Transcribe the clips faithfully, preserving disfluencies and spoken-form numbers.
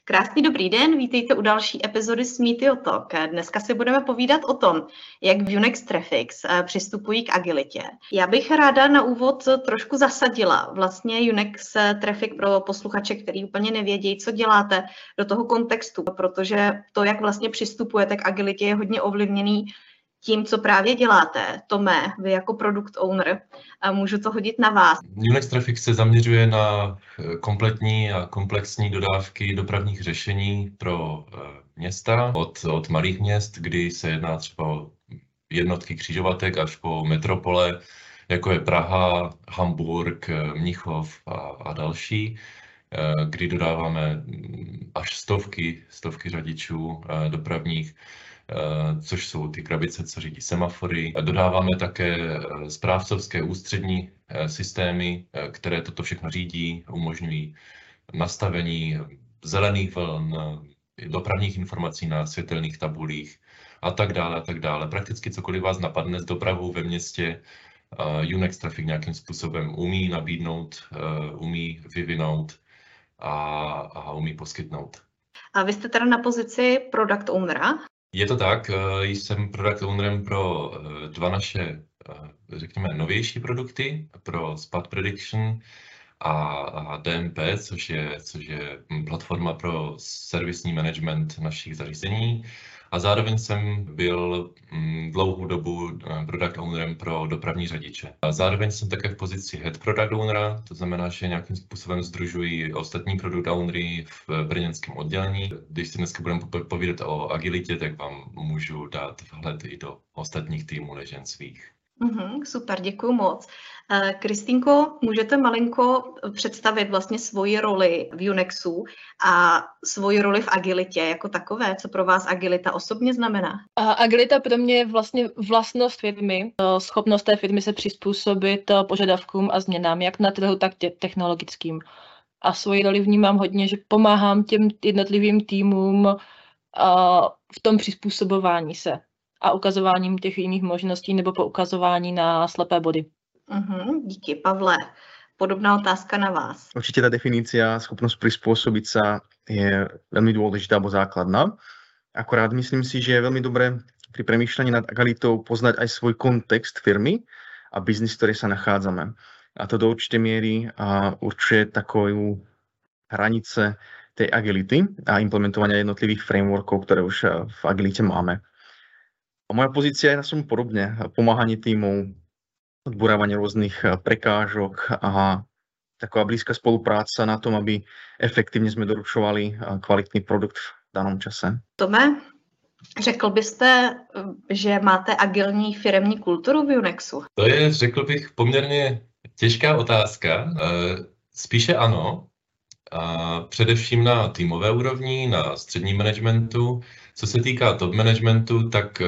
Krásný dobrý den, vítejte u další epizody Smeetio Talk. Dneska si budeme povídat o tom, jak v Unex Traffics přistupují k agilitě. Já bych ráda na úvod trošku zasadila vlastně Unex Traffic pro posluchače, který úplně nevědí, co děláte, do toho kontextu, protože to, jak vlastně přistupujete k agilitě, je hodně ovlivněný tím, co právě děláte. Tome, vy jako product owner, můžu to hodit na vás. Unex Traffic se zaměřuje na kompletní a komplexní dodávky dopravních řešení pro města, od, od malých měst, kdy se jedná třeba o jednotky křižovatek, až po metropole, jako je Praha, Hamburg, Mnichov a, a další, kdy dodáváme až stovky, stovky řadičů dopravních, což jsou ty krabice, co řídí semafory. Dodáváme také správcovské ústřední systémy, které toto všechno řídí, umožňují nastavení zelených vln, dopravních informací na světelných tabulích a tak dále a tak dále. Prakticky cokoliv vás napadne s dopravou ve městě, Unex Traffic nějakým způsobem umí nabídnout, umí vyvinout a, a umí poskytnout. A vy jste teda na pozici product ownera? Je to tak, jsem product ownerem pro dva naše, řekněme, novější produkty, pro Spot Prediction a D M P, což je, což je platforma pro servisní management našich zařízení. A zároveň jsem byl dlouhou dobu product ownerem pro dopravní řadiče. A zároveň jsem také v pozici head product ownera, to znamená, že nějakým způsobem sdružuji ostatní product ownery v brněnském oddělení. Když si dneska budeme povídat o agilitě, tak vám můžu dát vhled i do ostatních týmů než jen svých. Uhum, super, děkuji moc. Kristýnko, můžete malinko představit vlastně svoji roli v Unexu a svoji roli v agilitě jako takové? Co pro vás agilita osobně znamená? Agilita pro mě je vlastně vlastnost firmy, schopnost té firmy se přizpůsobit požadavkům a změnám, jak na trhu, tak technologickým. A svoji roli vnímám hodně, že pomáhám těm jednotlivým týmům v tom přizpůsobování se a ukazováním těch jiných možností nebo poukazování na slepé body. Uhum, díky, Pavle. Podobná otázka na vás. Určite tá definícia, schopnosť prispôsobiť sa je veľmi dôležitá alebo základná. Akorát myslím si, že je veľmi dobré pri premýšľaní nad agilitou poznať aj svoj kontext firmy a biznis, v ktorej sa nachádzame. A to do určitej miery určuje takovú hranice tej agility a implementovania jednotlivých frameworkov, ktoré už v agilite máme. A moja pozícia je na som podobne. Pomáhanie tímov, odburávanie rôznych prekážok a taková blízka spolupráca na tom, aby efektívne sme doručovali kvalitný produkt v danom čase. Tome, řekl byste, že máte agilní firemní kulturu v Unexu? To je, řekl bych, poměrně těžká otázka. Spíše ano. A především na týmové úrovni, na středním managementu. Co se týká top managementu, tak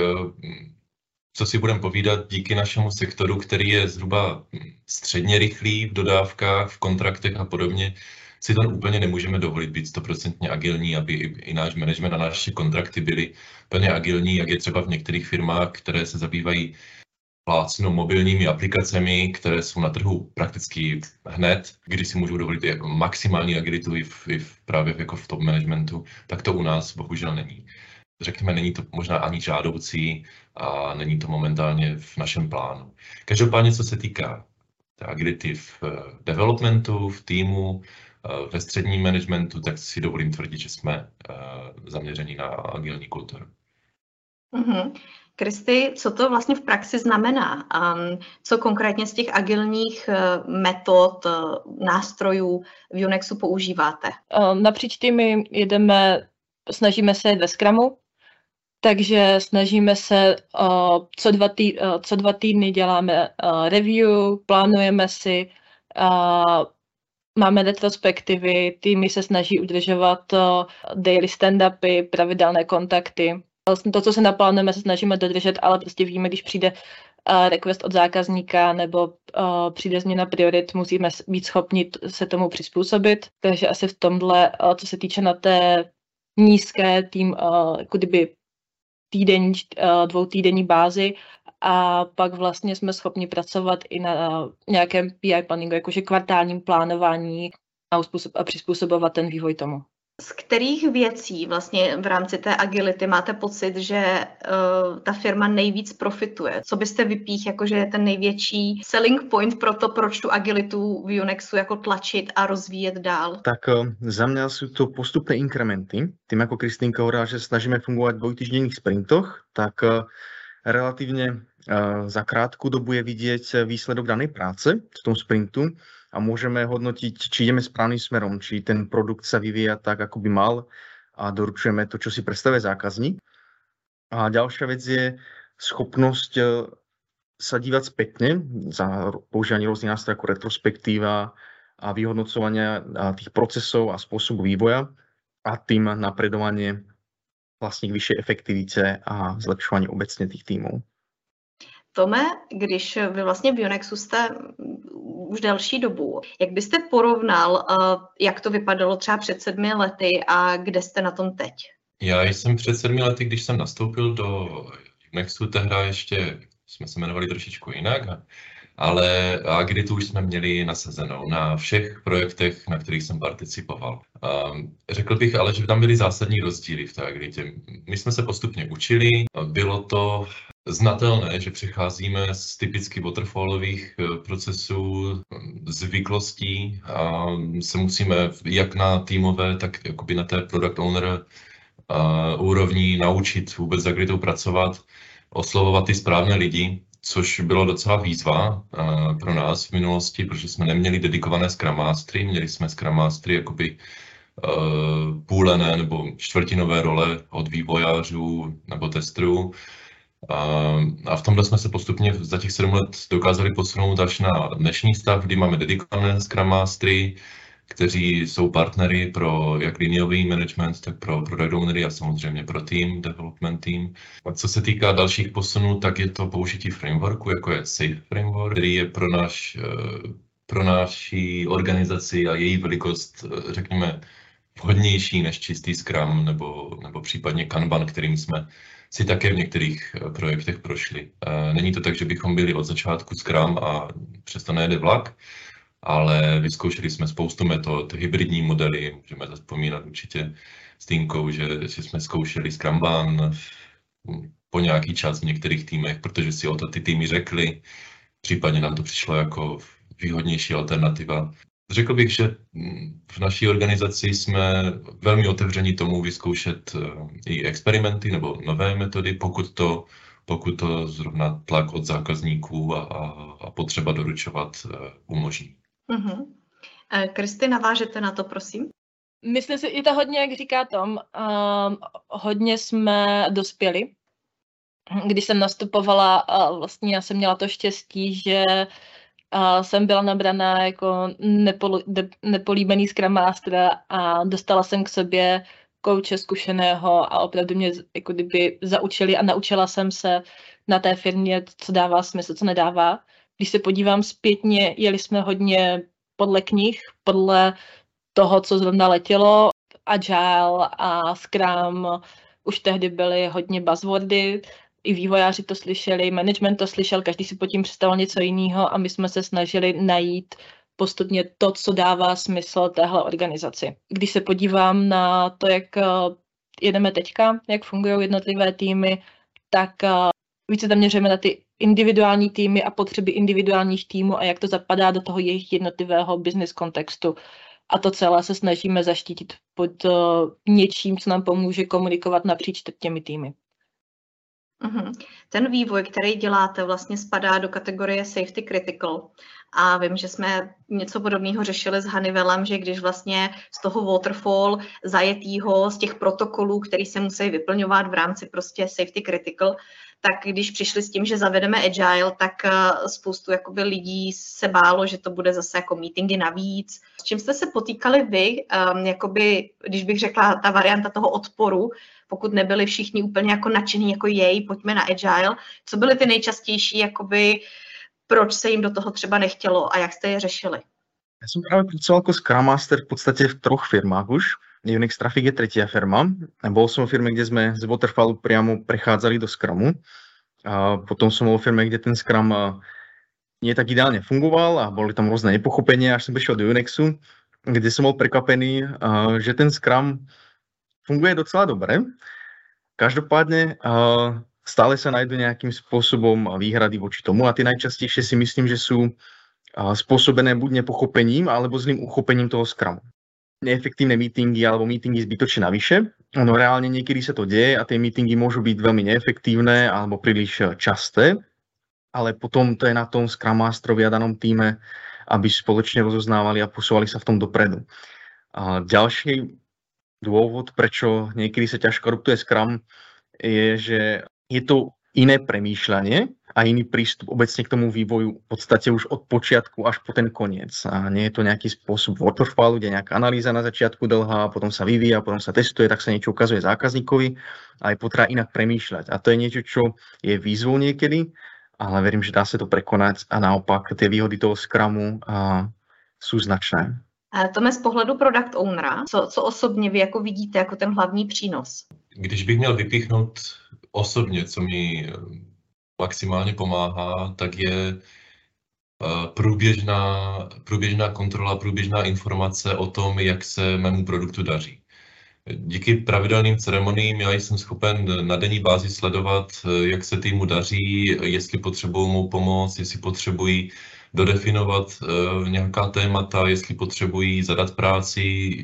co si budeme povídat, díky našemu sektoru, který je zhruba středně rychlý v dodávkách, v kontraktech a podobně, si to úplně nemůžeme dovolit být stoprocentně agilní, aby i náš management a naše kontrakty byly plně agilní, jak je třeba v některých firmách, které se zabývají plácnou mobilními aplikacemi, které jsou na trhu prakticky hned, kdy si můžou dovolit jako maximální agilitu i, v, i v, právě jako v top managementu, tak to u nás bohužel není. Řekněme, není to možná ani žádoucí a není to momentálně v našem plánu. Každopádně, co se týká agility v developmentu, v týmu, ve středním managementu, tak si dovolím tvrdit, že jsme zaměření na agilní kulturu. Mm-hmm. Kristy, co to vlastně v praxi znamená? Um, co konkrétně z těch agilních uh, metod, uh, nástrojů v Unexu používáte? Um, napříč týmy jedeme, snažíme se ve Scrumu, takže snažíme se, uh, co, dva tý, uh, co dva týdny děláme uh, review, plánujeme si, uh, máme retrospektivy, týmy se snaží udržovat uh, daily stand-upy, pravidelné kontakty. To, co se naplánujeme, se snažíme dodržet, ale prostě víme, když přijde uh, request od zákazníka nebo uh, přijde změna priorit, musíme být schopni se tomu přizpůsobit. Takže asi v tomhle, uh, co se týče na té nízké tým, uh, jako kdyby týdenní, uh, dvoutýdenní bázi, a pak vlastně jsme schopni pracovat i na uh, nějakém P I planningu, jakože kvartálním plánování a, uspůsob, a přizpůsobovat ten vývoj tomu. Z kterých věcí vlastně v rámci té agility máte pocit, že uh, ta firma nejvíc profituje? Co byste vypích, jakože je ten největší selling point pro to, proč tu agilitu v Unixu jako tlačit a rozvíjet dál? Tak uh, za mňa sú to postupné inkrementy. Tým, ako Kristýnka hovorila, že snažíme fungovať v dvojtýždenných sprintoch, tak uh, relatívne uh, za krátku dobu je vidieť výsledok danej práce v tom sprintu a môžeme hodnotiť, či ideme správnym smerom, či ten produkt sa vyvíja tak, ako by mal a doručujeme to, čo si predstavuje zákazník. A ďalšia vec je schopnosť sa dívať spätne za používanie rôznych nástrojov ako retrospektíva a vyhodnocovania tých procesov a spôsobu vývoja a tým napredovanie vlastne k vyššej efektivite a zlepšovanie obecne tých tímov. Tome, když vy vlastně v Unixu jste už delší dobu, jak byste porovnal, jak to vypadalo třeba před sedmi lety a kde jste na tom teď? Já jsem před sedmi lety, když jsem nastoupil do Unixu, tehda ještě jsme se jmenovali trošičku jinak, ale agilitu už jsme měli nasazenou na všech projektech, na kterých jsem participoval. Řekl bych ale, že tam byly zásadní rozdíly v té agilitě. My jsme se postupně učili, bylo to znatelné, že přecházíme z typicky waterfallových procesů, zvyklostí a se musíme jak na týmové, tak jakoby na té product owner úrovni naučit vůbec s agilitou pracovat, oslovovat ty správné lidi, což bylo docela výzva pro nás v minulosti, protože jsme neměli dedikované Scrum Mastery, měli jsme Scrum Mastery jakoby půlené nebo čtvrtinové role od vývojářů nebo testerů. A v tomhle jsme se postupně za těch sedm let dokázali posunout až na dnešní stav, kdy máme dedikované Scrum Mastery, kteří jsou partnery pro jak liniový management, tak pro product ownery a samozřejmě pro team, development team. A co se týká dalších posunů, tak je to použití frameworku, jako je Safe Framework, který je pro, naš, pro naší organizaci a její velikost, řekněme, vhodnější než čistý Scrum nebo, nebo případně Kanban, kterým jsme si také v některých projektech prošli. Není to tak, že bychom byli od začátku Scrum a přesto nejede vlak, ale vyzkoušeli jsme spoustu metod, hybridní modely, můžeme zapomínat určitě s Týnkou, že, že jsme zkoušeli Scrumban po nějaký čas v některých týmech, protože si o to ty týmy řekli, případně nám to přišlo jako výhodnější alternativa. Řekl bych, že v naší organizaci jsme velmi otevření tomu vyzkoušet i experimenty nebo nové metody, pokud to, pokud to zrovna tlak od zákazníků a, a potřeba doručovat umožní. Mm-hmm. Kristy, navážete na to, prosím? Myslím si, i to hodně, jak říká Tom, uh, hodně jsme dospěli. Když jsem nastupovala, uh, vlastně já jsem měla to štěstí, že uh, jsem byla nabraná jako nepol, de, nepolíbený Scrum Master a dostala jsem k sobě kouče zkušeného a opravdu mě jako kdyby zaučili a naučila jsem se na té firmě, co dává smysl, co nedává. Když se podívám zpětně, jeli jsme hodně podle knih, podle toho, co zrovna letělo. Agile a Scrum už tehdy byly hodně buzzwordy, i vývojáři to slyšeli, management to slyšel, každý si pod tím představil něco jiného a my jsme se snažili najít postupně to, co dává smysl téhle organizaci. Když se podívám na to, jak jedeme teďka, jak fungují jednotlivé týmy, tak více zaměřujeme na ty individuální týmy a potřeby individuálních týmů a jak to zapadá do toho jejich jednotlivého business kontextu. A to celé se snažíme zaštítit pod uh, něčím, co nám pomůže komunikovat napříč těmi týmy. Uhum. Ten vývoj, který děláte, vlastně spadá do kategorie safety critical. A vím, že jsme něco podobného řešili s Honeywellem, že když vlastně z toho waterfall zajetýho, z těch protokolů, který se musí vyplňovat v rámci prostě safety critical, tak když přišli s tím, že zavedeme agile, tak spoustu jakoby lidí se bálo, že to bude zase jako meetingy navíc. S čím jste se potýkali vy, um, jakoby, když bych řekla ta varianta toho odporu, pokud nebyli všichni úplně jako nadšení, jako jej, pojďme na agile, co byly ty nejčastější, jakoby, proč se jim do toho třeba nechtělo a jak jste je řešili? Ja som práve pracoval ako Scrum Master v podstate v troch firmách už. Unix Traffic je tretia firma. Bol som v firme, kde sme z Waterfallu priamo prechádzali do Scrumu. A potom som bol v firme, kde ten Scrum nie tak ideálne fungoval a boli tam rôzne nepochopenia, až som prišiel do Unixu. kde som bol prekvapený, uh, že ten Scrum funguje docela dobre. Každopádne uh, stále sa nájdú nejakým spôsobom výhrady voči tomu a tie najčastejšie si myslím, že sú uh, spôsobené buď nepochopením alebo zlým uchopením toho Scrumu. Neefektívne meetingy alebo meetingy zbytočne navyše. Ono reálne niekedy sa to deje a tie meetingy môžu byť veľmi neefektívne alebo príliš časté, ale potom to je na tom Scrum Masterovi a danom týme, aby spoločne rozoznávali a posúvali sa v tom dopredu. A ďalší dôvod, prečo niekedy sa ťažko adoptuje Scrum, je, že je to iné premýšľanie a iný prístup obecne k tomu vývoju v podstate už od počiatku až po ten koniec. A nie je to nejaký spôsob waterfallu, kde nejaká analýza na začiatku dlhá, potom sa vyvíja, potom sa testuje, tak sa niečo ukazuje zákazníkovi a je potreba inak premýšľať. A to je niečo, čo je výzvou niekedy, ale verím, že dá sa to prekonať a naopak tie výhody toho Scrumu a, sú značné. Tome, z pohledu product ownera, co, co osobně vy jako vidíte jako ten hlavní přínos? Když bych měl vypíchnout osobně, co mi maximálně pomáhá, tak je průběžná, průběžná kontrola, průběžná informace o tom, jak se mému produktu daří. Díky pravidelným ceremoniím já jsem schopen na denní bázi sledovat, jak se týmu daří, jestli potřebují mou pomoc, jestli potřebují dodefinovat uh, nějaká témata, jestli potřebují zadat práci,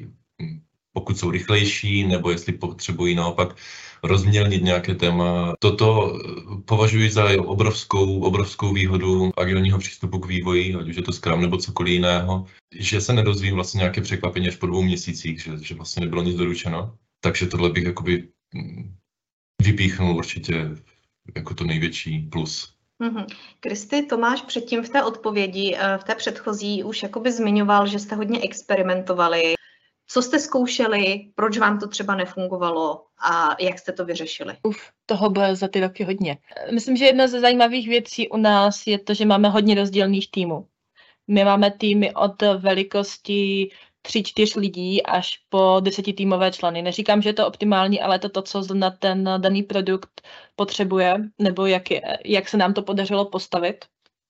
pokud jsou rychlejší, nebo jestli potřebují naopak rozmělnit nějaké téma. Toto považuji za obrovskou, obrovskou výhodu agilního přístupu k vývoji, ať už je to Scrum nebo cokoliv jiného, že se nedozvím vlastně nějaké překvapení až po dvou měsících, že, že vlastně nebylo nic doručeno. Takže tohle bych jakoby vypíchnul určitě jako to největší plus. Mm-hmm. Kristy, Tomáš předtím v té odpovědi, v té předchozí už jakoby zmiňoval, že jste hodně experimentovali. Co jste zkoušeli, proč vám to třeba nefungovalo a jak jste to vyřešili? Uf, toho bylo za ty roky hodně. Myslím, že jedna ze zajímavých věcí u nás je to, že máme hodně rozdílných týmů. My máme týmy od velikosti tři, čtyř lidí až po desetitýmové členy. Neříkám, že je to optimální, ale to to, co na ten daný produkt potřebuje, nebo jak, je, jak se nám to podařilo postavit.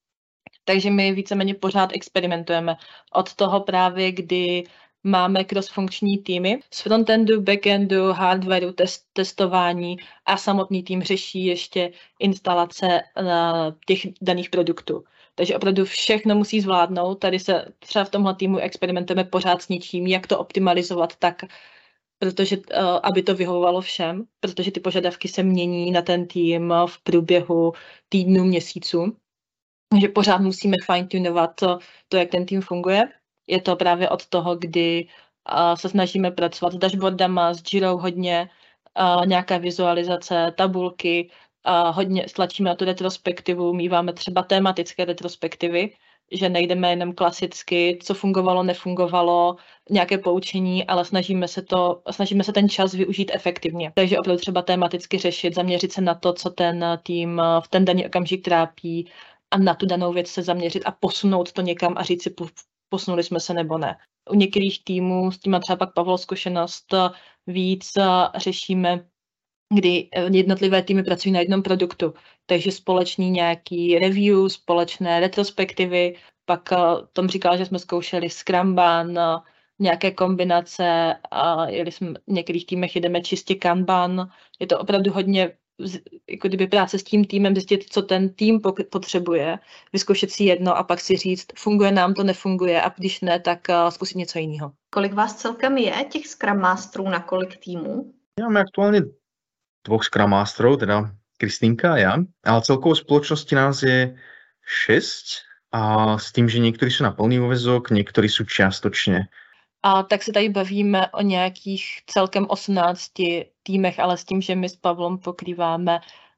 Takže my víceméně pořád experimentujeme. Od toho právě, kdy máme cross-funkční týmy z frontendu, backendu, hardwareu, test, testování a samotný tým řeší ještě instalace uh, těch daných produktů. Takže opravdu všechno musí zvládnout. Tady se třeba v tomhle týmu experimentujeme pořád s něčím, jak to optimalizovat tak, protože, uh, aby to vyhovovalo všem, protože ty požadavky se mění na ten tým v průběhu týdnů, měsíců. Takže pořád musíme fine-tunovat to, to, jak ten tým funguje. Je to právě od toho, kdy uh, se snažíme pracovat s dashboardama, s Jirou hodně, uh, nějaká vizualizace, tabulky, uh, hodně stlačíme na tu retrospektivu, míváme třeba tematické retrospektivy, že nejdeme jenom klasicky, co fungovalo, nefungovalo, nějaké poučení, ale snažíme se, to, snažíme se ten čas využít efektivně. Takže opravdu třeba tematicky řešit, zaměřit se na to, co ten tým v ten daný okamžik trápí a na tu danou věc se zaměřit a posunout to někam a říct si, posunuli jsme se nebo ne. U některých týmů, s tím má třeba pak Pavel zkušenost, víc řešíme, kdy jednotlivé týmy pracují na jednom produktu. Takže společný nějaký review, společné retrospektivy, pak Tom říkal, že jsme zkoušeli Scrumban, nějaké kombinace a jeli jsme v některých týmech jedeme čistě Kanban. Je to opravdu hodně jako kdyby práce s tím týmem, zjistit, co ten tým potřebuje, vyzkoušet si jedno a pak si říct, funguje nám to, nefunguje a když ne, tak uh, zkusit něco jiného. Kolik vás celkem je těch Scrum Masterů na kolik týmů? Máme aktuálne dvoch Scrum Masterov, teda Kristýnka a ja, ale celkovo spoločnosti nás je šesť a s tým, že niektorí sú na plný úväzok, niektorí sú čiastočne. A tak se tady bavíme o nějakých celkem osmnácti týmech, ale s tím, že my s Pavlem pokrýváme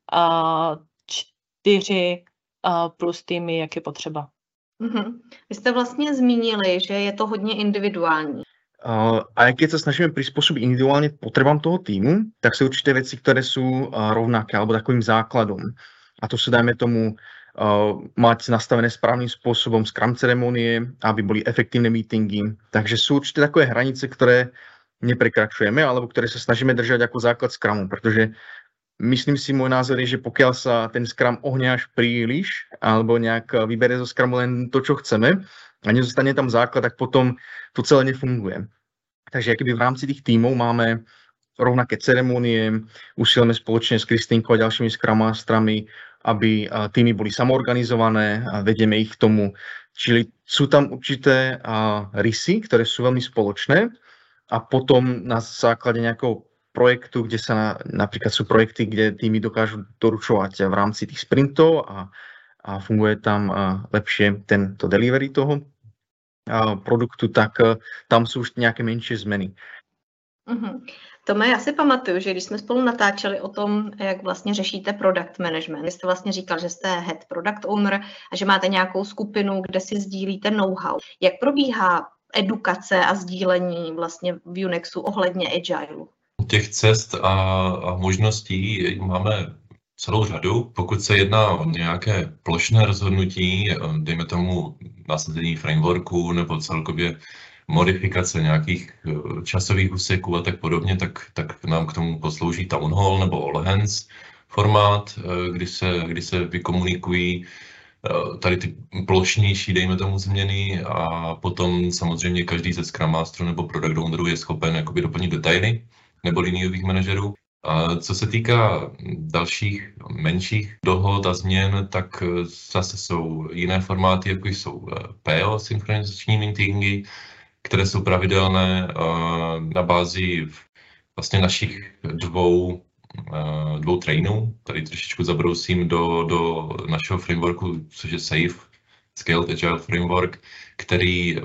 a čtyři a plus týmy, jak je potřeba. Mm-hmm. Vy jste vlastně zmínili, že je to hodně individuální. Uh, a aj keď sa snažíme prispôsobiť individuálne potrebám toho týmu, tak sú určité veci, ktoré sú uh, rovnaké alebo takovým základom. A to sú, dajme tomu, Uh, mať nastavené správnym spôsobom Scrum ceremonie, aby boli efektívne meetingy. Takže sú určite takové hranice, ktoré neprekračujeme, alebo ktoré sa snažíme držať ako základ Scrumu, pretože Myslím si, môj názor je, že pokiaľ sa ten Scrum ohne až príliš, alebo nejak vybere zo Scrumu len to, čo chceme a nezostane tam základ, tak potom to celé nefunguje. Takže akoby v rámci tých tímov máme rovnaké ceremonie, usilujeme spoločne s Kristýnkou a ďalšími Scrum Masterami, aby týmy boli samoorganizované a vedieme ich k tomu. Čili sú tam určité rysy, ktoré sú veľmi spoločné a potom na základe nejakého projektu, kde sa na, napríklad sú projekty, kde týmy dokážu doručovať v rámci tých sprintov a, a funguje tam lepšie tento delivery toho produktu, tak tam sú už nejaké menšie zmeny. Mm-hmm. Tome, já si pamatuju, že když jsme spolu natáčeli o tom, jak vlastně řešíte product management, vy jste vlastně říkal, že jste head product owner a že máte nějakou skupinu, kde si sdílíte know-how. Jak probíhá edukace a sdílení vlastně v Unixu ohledně Agileu? Těch cest a, a možností máme celou řadu. Pokud se jedná o nějaké plošné rozhodnutí, dejme tomu nasazení frameworku nebo celkově modifikace nějakých časových úseků a tak podobně, tak, tak nám k tomu poslouží Town Hall nebo All Hands formát, kdy se, kdy se vykomunikují tady ty plošnější, dejme tomu, změny a potom samozřejmě každý ze Scrum Masterů nebo Product Ownerů je schopen jakoby doplnit detaily nebo liniových manažerů. A co se týká dalších menších dohod a změn, tak zase jsou jiné formáty, jako jsou P O, synchronizační meetingy, které jsou pravidelné na bázi vlastně našich dvou, dvou trainů. Tady trošičku zabrousím do, do našeho frameworku, což je SAFe, Scaled Agile Framework, který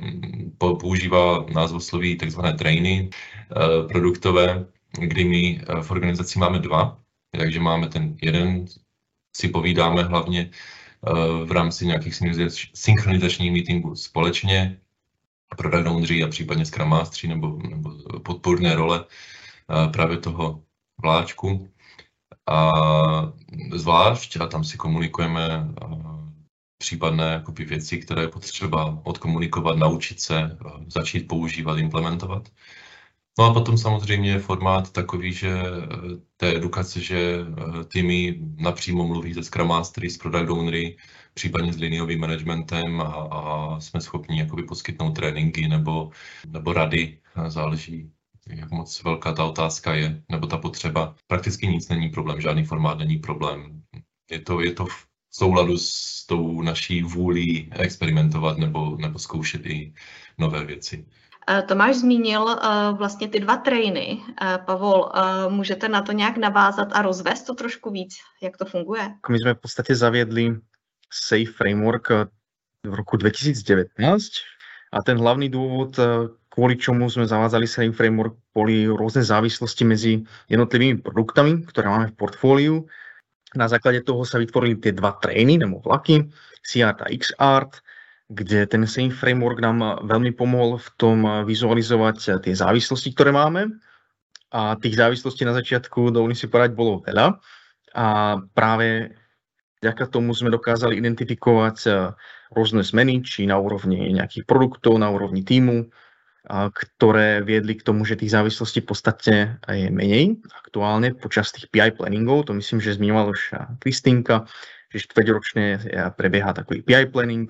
používá názvosloví takzvané trainy produktové, kdy my v organizaci máme dva, takže máme ten jeden, si povídáme hlavně v rámci nějakých synchronizačních meetingů společně, product owneři a případně Scrum Mastery nebo, nebo podpůrné role právě toho vláčku. A zvlášť, a tam si komunikujeme případné jakoby věci, které je potřeba odkomunikovat, naučit se, začít používat, implementovat. No a potom samozřejmě je formát takový, že té edukace, že týmy napřímo mluví se Scrum Mastery, s Product Ownery, případně s liniovým managementem a, a jsme schopni jakoby poskytnout tréninky nebo, nebo rady, záleží, jak moc velká ta otázka je, nebo ta potřeba. Prakticky nic není problém, žádný formát není problém. Je to, je to v souladu s tou naší vůlí experimentovat nebo, nebo zkoušet i nové věci. Tomáš zmínil uh, vlastně ty dva trainy. Uh, Pavol, uh, můžete na to nějak navázat a rozvést to trošku víc, jak to funguje? My jsme v podstatě zaviedli SAFe framework v roku dvetisícdevätnásť a ten hlavný dôvod, kvôli čomu sme zavádzali SAFe framework, boli rôzne závislosti medzi jednotlivými produktami, ktoré máme v portfóliu. Na základe toho sa vytvorili tie dva trainy, nebo vlaky, C-Art a X-Art, kde ten SAFe framework nám veľmi pomohol v tom vizualizovať tie závislosti, ktoré máme. A tých závislostí na začiatku, dovolím si povedať, bolo veľa. A práve vďaka tomu sme dokázali identifikovať rôzne zmeny, či na úrovni nejakých produktov, na úrovni tímu, ktoré viedli k tomu, že tých závislostí podstatne je menej aktuálne počas tých P I planningov. To myslím, že zmiňovala už Kristýnka, že štvrťročne prebieha takový P I planning,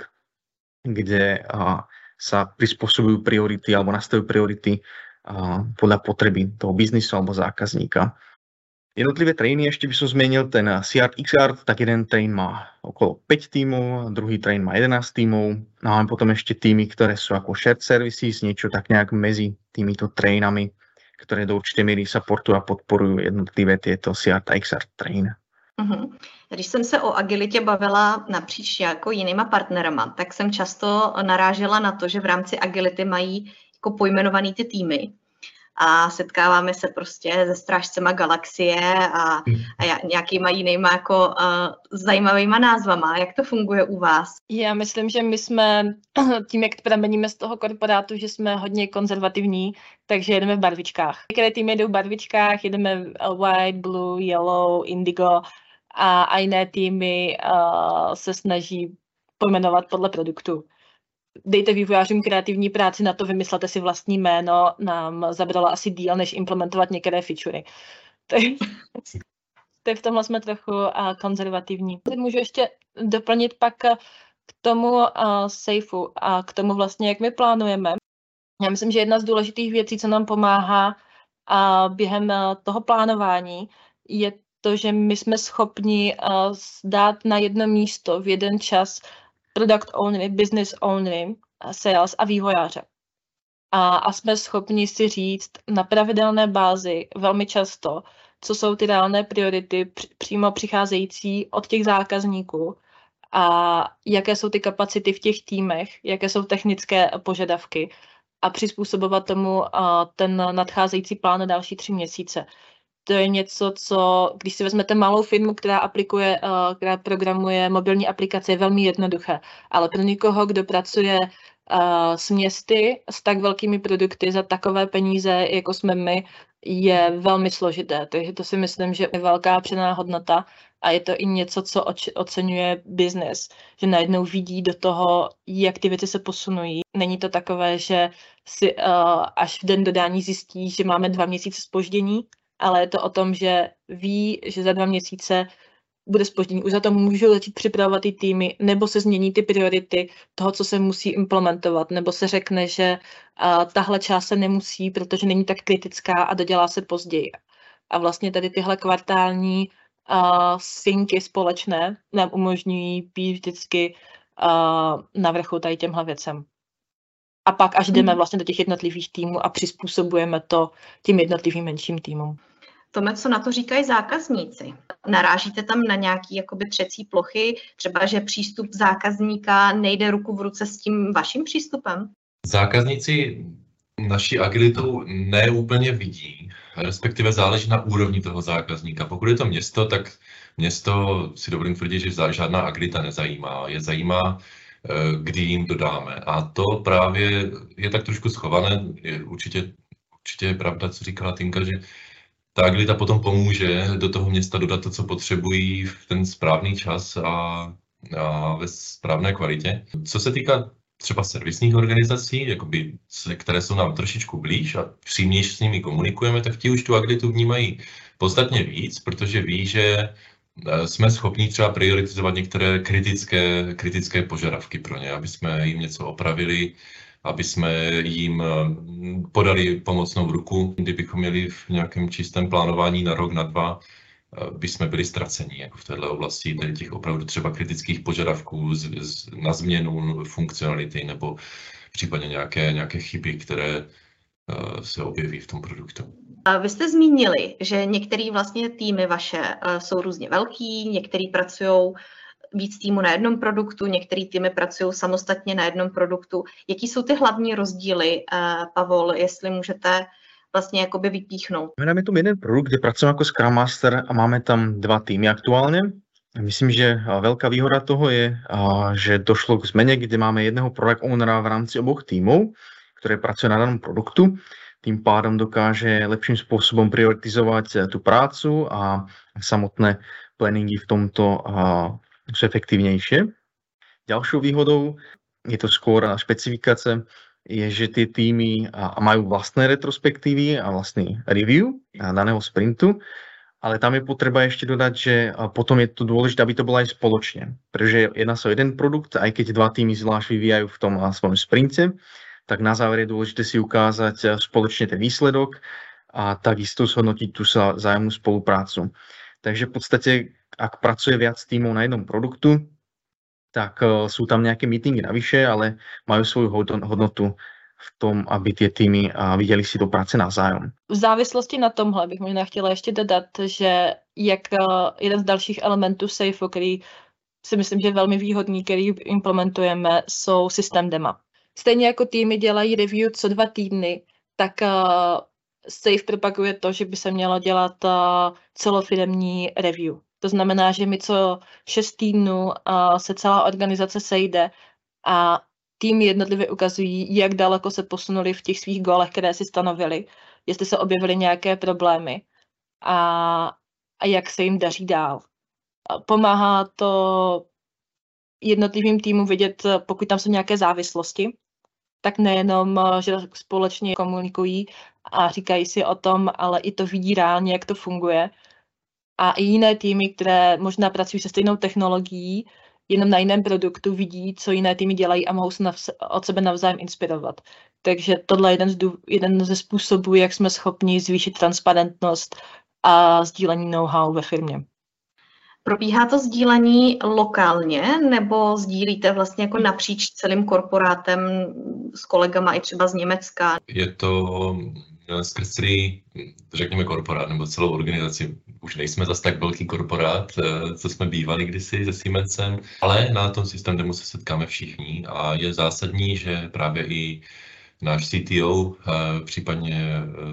kde sa prispôsobujú priority alebo nastavujú priority podľa potreby toho biznisu alebo zákazníka. Jednotlivé trainy, ešte by som zmenil ten C-Art, X-Art, tak jeden train má okolo päť tímov, druhý train má jedenásť tímov. No a máme potom ešte týmy, ktoré sú ako shared services, niečo tak nejak medzi týmito trainami, ktoré do určitej miery supportujú a podporujú jednotlivé tieto C-Art a X-Art trainy. Uhum. Když jsem se o agilitě bavila napříč jako jinýma partnerama, tak jsem často narážela na to, že v rámci agility mají jako pojmenovaný ty týmy a setkáváme se prostě se strážcema galaxie a, a nějakýma jinýma jako uh, zajímavýma názvama. Jak to funguje u vás? Já myslím, že my jsme tím, jak prameníme z toho korporátu, že jsme hodně konzervativní, takže jedeme v barvičkách. Některé týmy jdou v barvičkách, jedeme white, blue, yellow, indigo a, a jiné týmy uh, se snaží pojmenovat podle produktu. Dejte vývojářům kreativní práci na to, vymyslete si vlastní jméno, nám zabralo asi díl, než implementovat některé featurey. tak v tomhle jsme trochu uh, konzervativní. Můžu ještě doplnit pak k tomu uh, safeu a k tomu vlastně, jak my plánujeme. Já myslím, že jedna z důležitých věcí, co nám pomáhá a během uh, toho plánování, je to, že my jsme schopni uh, dát na jedno místo v jeden čas product ownery, business ownery, sales a vývojáře. A, a jsme schopni si říct na pravidelné bázi velmi často, co jsou ty reálné priority přímo přicházející od těch zákazníků a jaké jsou ty kapacity v těch týmech, jaké jsou technické požadavky a přizpůsobovat tomu ten nadcházející plán na další tři měsíce. To je něco, co, když si vezmete malou firmu, která aplikuje, která programuje mobilní aplikace, je velmi jednoduché, ale pro někoho, kdo pracuje s městy, s tak velkými produkty za takové peníze, jako jsme my, je velmi složité. Takže to si myslím, že je velká přidaná hodnota a je to i něco, co oceňuje business, že najednou vidí do toho, jak ty věci se posunují. Není to takové, že si uh, až v den dodání zjistí, že máme dva měsíce zpoždění, ale je to o tom, že ví, že za dva měsíce bude zpoždění. Už za to můžou začít připravovat ty týmy, nebo se změní ty priority toho, co se musí implementovat, nebo se řekne, že uh, tahle část se nemusí, protože není tak kritická a dodělá se později. A vlastně tady tyhle kvartální uh, synky společné nám umožňují být vždycky uh, na vrchu tady těmhle věcem. A pak až jdeme vlastně do těch jednotlivých týmů a přizpůsobujeme to těm jednotlivým menším týmům. Tome, co na to říkají zákazníci? Narážíte tam na nějaké jakoby třecí plochy, třeba že přístup zákazníka nejde ruku v ruce s tím vaším přístupem? Zákazníci naší agilitu neúplně vidí, respektive záleží na úrovni toho zákazníka. Pokud je to město, tak město si dovolím tvrdit, že žádná agilita nezajímá. Je zajímá, kdy jim dodáme. A to právě je tak trošku schované. Je určitě, určitě je pravda, co říkala Týmka, že ta agilita potom pomůže do toho města dodat to, co potřebují v ten správný čas a, a ve správné kvalitě. Co se týká třeba servisních organizací, jakoby, které jsou nám trošičku blíž a přímější s nimi komunikujeme, tak ti už tu agilitu vnímají podstatně víc, protože ví, že jsme schopni třeba prioritizovat některé kritické, kritické požadavky pro ně, aby jsme jim něco opravili, aby jsme jim podali pomocnou ruku. Kdybychom měli v nějakém čistém plánování na rok, na dva, by jsme byli ztraceni jako v této oblasti těch opravdu třeba kritických požadavků z, z, na změnu funkcionality nebo případně nějaké, nějaké chyby, které uh, se objeví v tom produktu. Vy jste zmínili, že některé vlastně týmy vaše uh, jsou různě velký, některý pracují víc týmu na jednom produktu, některé týmy pracují samostatně na jednom produktu. Jaký jsou ty hlavní rozdíly, uh, Pavol, jestli můžete vlastně jakoby vypíchnout? Máme tu jeden produkt, kde pracujeme jako Scrum Master a máme tam dva týmy aktuálne. Myslím, že veľká výhoda toho je, že došlo k zmene, kde máme jedného product ownera v rámci oboch týmov, ktoré pracuje na danom produktu. Tým pádom dokáže lepším spôsobom prioritizovať tú prácu a samotné planningy v tomto sú efektívnejšie. Ďalšou výhodou, je to skôr špecifikácia, je, že tie týmy majú vlastné retrospektívy a vlastný review daného sprintu, ale tam je potreba ešte dodať, že potom je to dôležité, aby to bolo aj spoločne. Pretože jedná sa o jeden produkt, aj keď dva týmy zvlášť vyvíjajú v tom svojom sprinte, tak na záver je dôležité si ukázať spoločne ten výsledok a takisto zhodnotiť tú vzájomnú spoluprácu. Takže v podstate, ak pracuje viac týmov na jednom produktu, tak sú tam nejaké meetingy navyše, ale majú svoju hodnotu v tom, aby tie týmy viděli si do práce navzájem. V závislosti na tomhle bych možná chtěla ještě dodat, že jak jeden z dalších elementů Safeu, který si myslím, že je velmi výhodný, který implementujeme, jsou systém dema. Stejně jako týmy dělají review co dva týdny, tak Safe propaguje to, že by se mělo dělat celofiremní review. To znamená, že my co šest týdnů se celá organizace sejde a týmy jednotlivě ukazují, jak daleko se posunuli v těch svých gólech, které si stanovili, jestli se objevily nějaké problémy a, a jak se jim daří dál. Pomáhá to jednotlivým týmům vidět, pokud tam jsou nějaké závislosti, tak nejenom, že společně komunikují a říkají si o tom, ale i to vidí reálně, jak to funguje. A i jiné týmy, které možná pracují se stejnou technologií, jenom na jiném produktu vidí, co jiné týmy dělají a mohou se navz- od sebe navzájem inspirovat. Takže tohle je jeden, z dů- jeden ze způsobů, jak jsme schopni zvýšit transparentnost a sdílení know-how ve firmě. Probíhá to sdílení lokálně, nebo sdílíte vlastně jako napříč celým korporátem s kolegama i třeba z Německa? Je to skrz celý, řekněme, korporát nebo celou organizaci. Už nejsme zas tak velký korporát, co jsme bývali kdysi se Siemensem, ale na tom systém demo se setkáme všichni a je zásadní, že právě i náš C T O, případně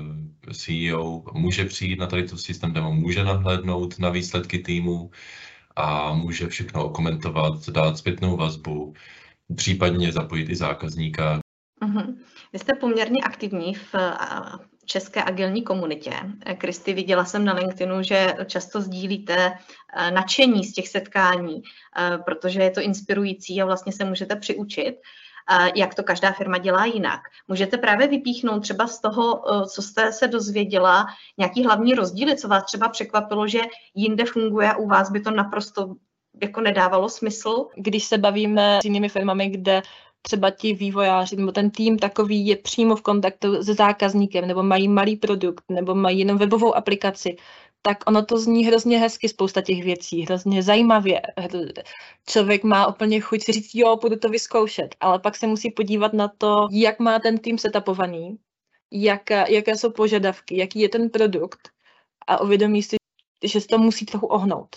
C E O může přijít na tady to systém demo, může nahlédnout na výsledky týmu a může všechno okomentovat, dát zpětnou vazbu, případně zapojit i zákazníka. Uhum. Vy jste poměrně aktivní v české agilní komunitě. Kristy, viděla jsem na LinkedInu, že často sdílíte nadšení z těch setkání, protože je to inspirující a vlastně se můžete přiučit, jak to každá firma dělá jinak. Můžete právě vypíchnout třeba z toho, co jste se dozvěděla, nějaký hlavní rozdíly, co vás třeba překvapilo, že jinde funguje a u vás by to naprosto jako nedávalo smysl? Když se bavíme s jinými firmami, kde třeba ti vývojáři nebo ten tým takový je přímo v kontaktu se zákazníkem, nebo mají malý produkt, nebo mají jenom webovou aplikaci, tak ono to zní hrozně hezky, spousta těch věcí, hrozně zajímavě. Člověk má úplně chuť si říct, jo, budu to vyzkoušet, ale pak se musí podívat na to, jak má ten tým setupovaný, jak, jaké jsou požadavky, jaký je ten produkt a uvědomí si, že se to musí trochu ohnout.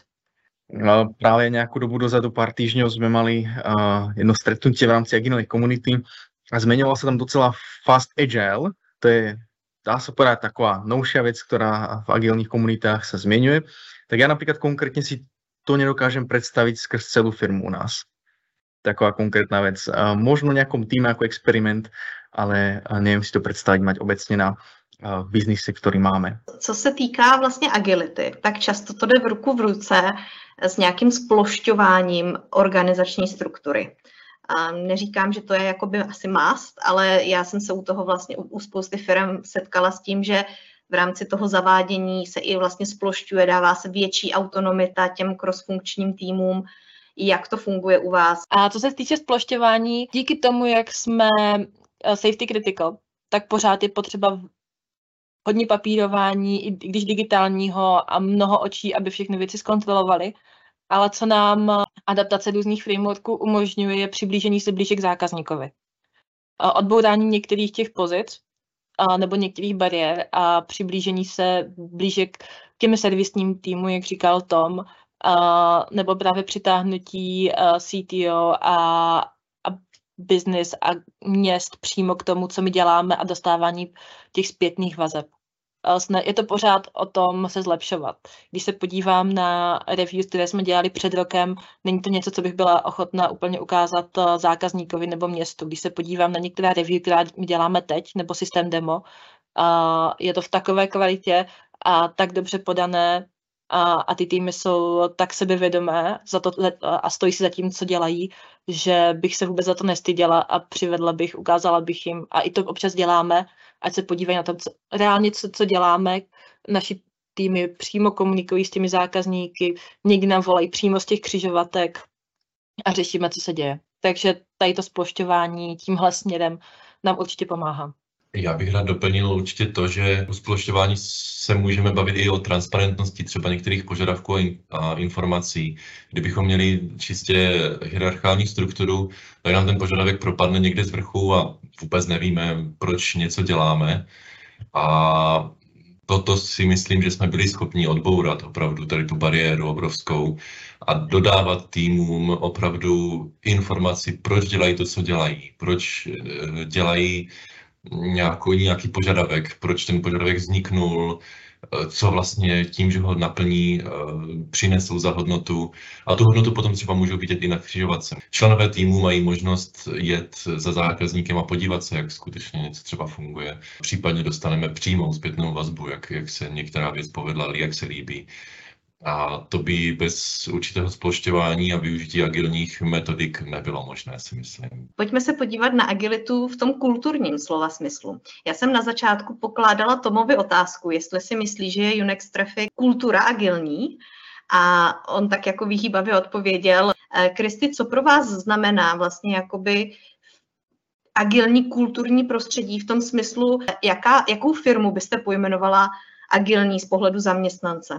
Práve nejakú dobu dozadu, pár týždňov sme mali uh, jedno stretnutie v rámci agilnej komunity a zmenilo sa tam docela fast agile. To je, dá sa povedať, taková novšia vec, ktorá v agilných komunitách sa zmieňuje. Tak ja napríklad konkrétne si to nedokážem predstaviť skrz celú firmu u nás. Taková konkrétna vec. Uh, možno nejakom týme ako experiment, ale uh, neviem si to predstaviť mať obecne na v biznise, ktorý máme. Co se týká vlastně agility, tak často to jde v ruku v ruce s nějakým splošťováním organizační struktury. A neříkám, že to je jakoby asi must, ale já jsem se u toho vlastně u spousty firm setkala s tím, že v rámci toho zavádění se i vlastně splošťuje, dává se větší autonomita těm cross-funkčním týmům. Jak to funguje u vás? A co se týče splošťování, díky tomu, jak jsme safety critical, tak pořád je potřeba hodně papírování, i když digitálního a mnoho očí, aby všechny věci zkontrolovali. Ale co nám adaptace různých frameworků umožňuje, je přiblížení se blíže k zákazníkovi. Odbourání některých těch pozic nebo některých bariér a přiblížení se blíže k těm servisním týmu, jak říkal Tom, nebo právě přitáhnutí C T O a, a business a měst přímo k tomu, co my děláme a dostávání těch zpětných vazeb. Je to pořád o tom se zlepšovat. Když se podívám na reviews, které jsme dělali před rokem, není to něco, co bych byla ochotná úplně ukázat zákazníkovi nebo městu. Když se podívám na některá review, která my děláme teď, nebo systém demo, je to v takové kvalitě a tak dobře podané, A, a ty týmy jsou tak sebevědomé za to, a stojí si za tím, co dělají, že bych se vůbec za to nestyděla a přivedla bych, ukázala bych jim, a i to občas děláme, ať se podívají na to, co, reálně co, co děláme. Naši týmy přímo komunikují s těmi zákazníky, někdy nám volají přímo z těch křižovatek a řešíme, co se děje. Takže tady to splošťování tímhle směrem nám určitě pomáhá. Já bych rád doplnil určitě to, že u splošťování se můžeme bavit i o transparentnosti třeba některých požadavků a informací. Kdybychom měli čistě hierarchální strukturu, tak nám ten požadavek propadne někde z vrchu a vůbec nevíme, proč něco děláme. A toto si myslím, že jsme byli schopni odbourat opravdu tady tu bariéru obrovskou a dodávat týmům opravdu informaci, proč dělají to, co dělají, proč dělají Nějaký, nějaký požadavek, proč ten požadavek vzniknul, co vlastně tím, že ho naplní, přinesou za hodnotu. A tu hodnotu potom třeba můžou vidět i na křižovatce. Členové týmu mají možnost jet za zákazníkem a podívat se, jak skutečně něco třeba funguje. Případně dostaneme přímou zpětnou vazbu, jak, jak se některá věc povedla, jak se líbí. A to by bez určitého splošťování a využití agilních metodik nebylo možné, si myslím. Pojďme se podívat na agilitu v tom kulturním slova smyslu. Já jsem na začátku pokládala Tomovi otázku, jestli si myslí, že je Unex Traffic kultura agilní, a on tak jako vyhýbavě odpověděl: Kristi, co pro vás znamená vlastně jakoby agilní kulturní prostředí v tom smyslu, jaká, jakou firmu byste pojmenovala agilní z pohledu zaměstnance?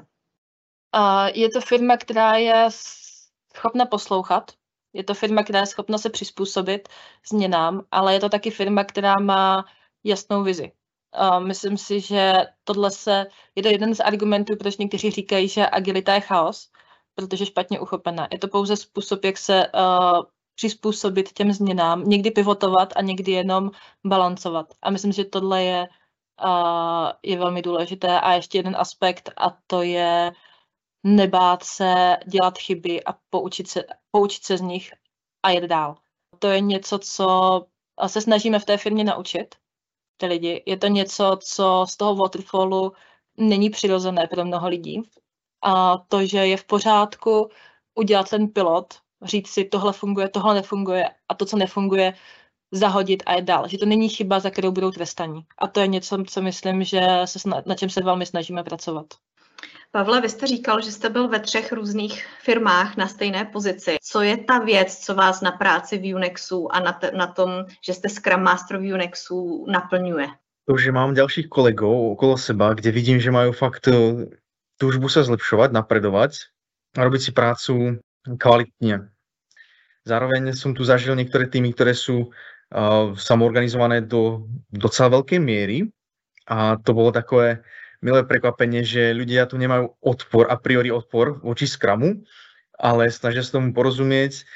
Uh, je to firma, která je schopna poslouchat, je to firma, která je schopna se přizpůsobit změnám, ale je to taky firma, která má jasnou vizi. Uh, myslím si, že tohle se, je to jeden z argumentů, proč někteří říkají, že agilita je chaos, protože špatně uchopená. Je to pouze způsob, jak se uh, přizpůsobit těm změnám, někdy pivotovat a někdy jenom balancovat. A myslím, že tohle je, uh, je velmi důležité. A ještě jeden aspekt, a to je nebát se dělat chyby a poučit se, poučit se z nich a jet dál. To je něco, co se snažíme v té firmě naučit, ty lidi. Je to něco, co z toho waterfallu není přirozené pro mnoho lidí. A to, že je v pořádku udělat ten pilot, říct si, tohle funguje, tohle nefunguje a to, co nefunguje, zahodit a jet dál. Že to není chyba, za kterou budou trestaní. A to je něco, co myslím, že se, na čem se velmi snažíme pracovat. Pavle, vy jste říkal, že jste byl ve třech různých firmách na stejné pozici. Co je ta věc, co vás na práci v Unexu a na, t- na tom, že jste Scrum Master v Unexu, naplňuje? To, že mám ďalších kolegov okolo seba, kde vidím, že majú fakt túžbu sa zlepšovať, napredovať a robiť si prácu kvalitne. Zároveň som tu zažil niektoré týmy, ktoré sú uh, samoorganizované do docela veľkej miery a to bolo takové milé prekvapenie, že ľudia tu nemajú odpor, a priori odpor voči Scrumu, ale snažia sa tomu porozumieť,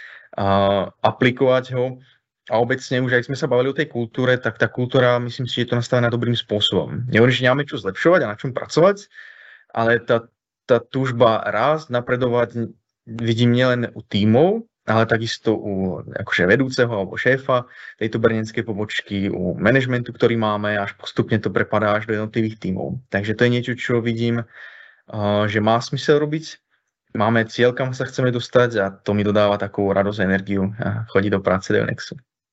a aplikovať ho. A obecne už, ak sme sa bavili o tej kultúre, tak tá kultúra, myslím si, že je to nastavená dobrým spôsobom. Nehovorím, že nemáme čo zlepšovať a na čom pracovať, ale tá, tá túžba rásť, napredovať vidím nielen u tímov, ale takisto u akože vedúceho alebo šéfa tejto brněnskej pobočky, u managementu, ktorý máme, až postupne to prepadá až do jednotlivých tímov. Takže to je niečo, čo vidím, že má smysel robiť. Máme cieľ, kam sa chceme dostať a to mi dodáva takovou radosť a energiu chodiť do práce do Unexu.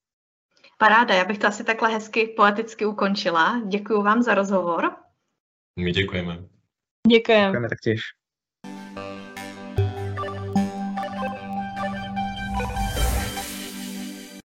Paráda, já bych to asi takhle hezky poeticky ukončila. Děkuji vám za rozhovor. My děkujeme. Děkujeme. Děkujeme taktiež.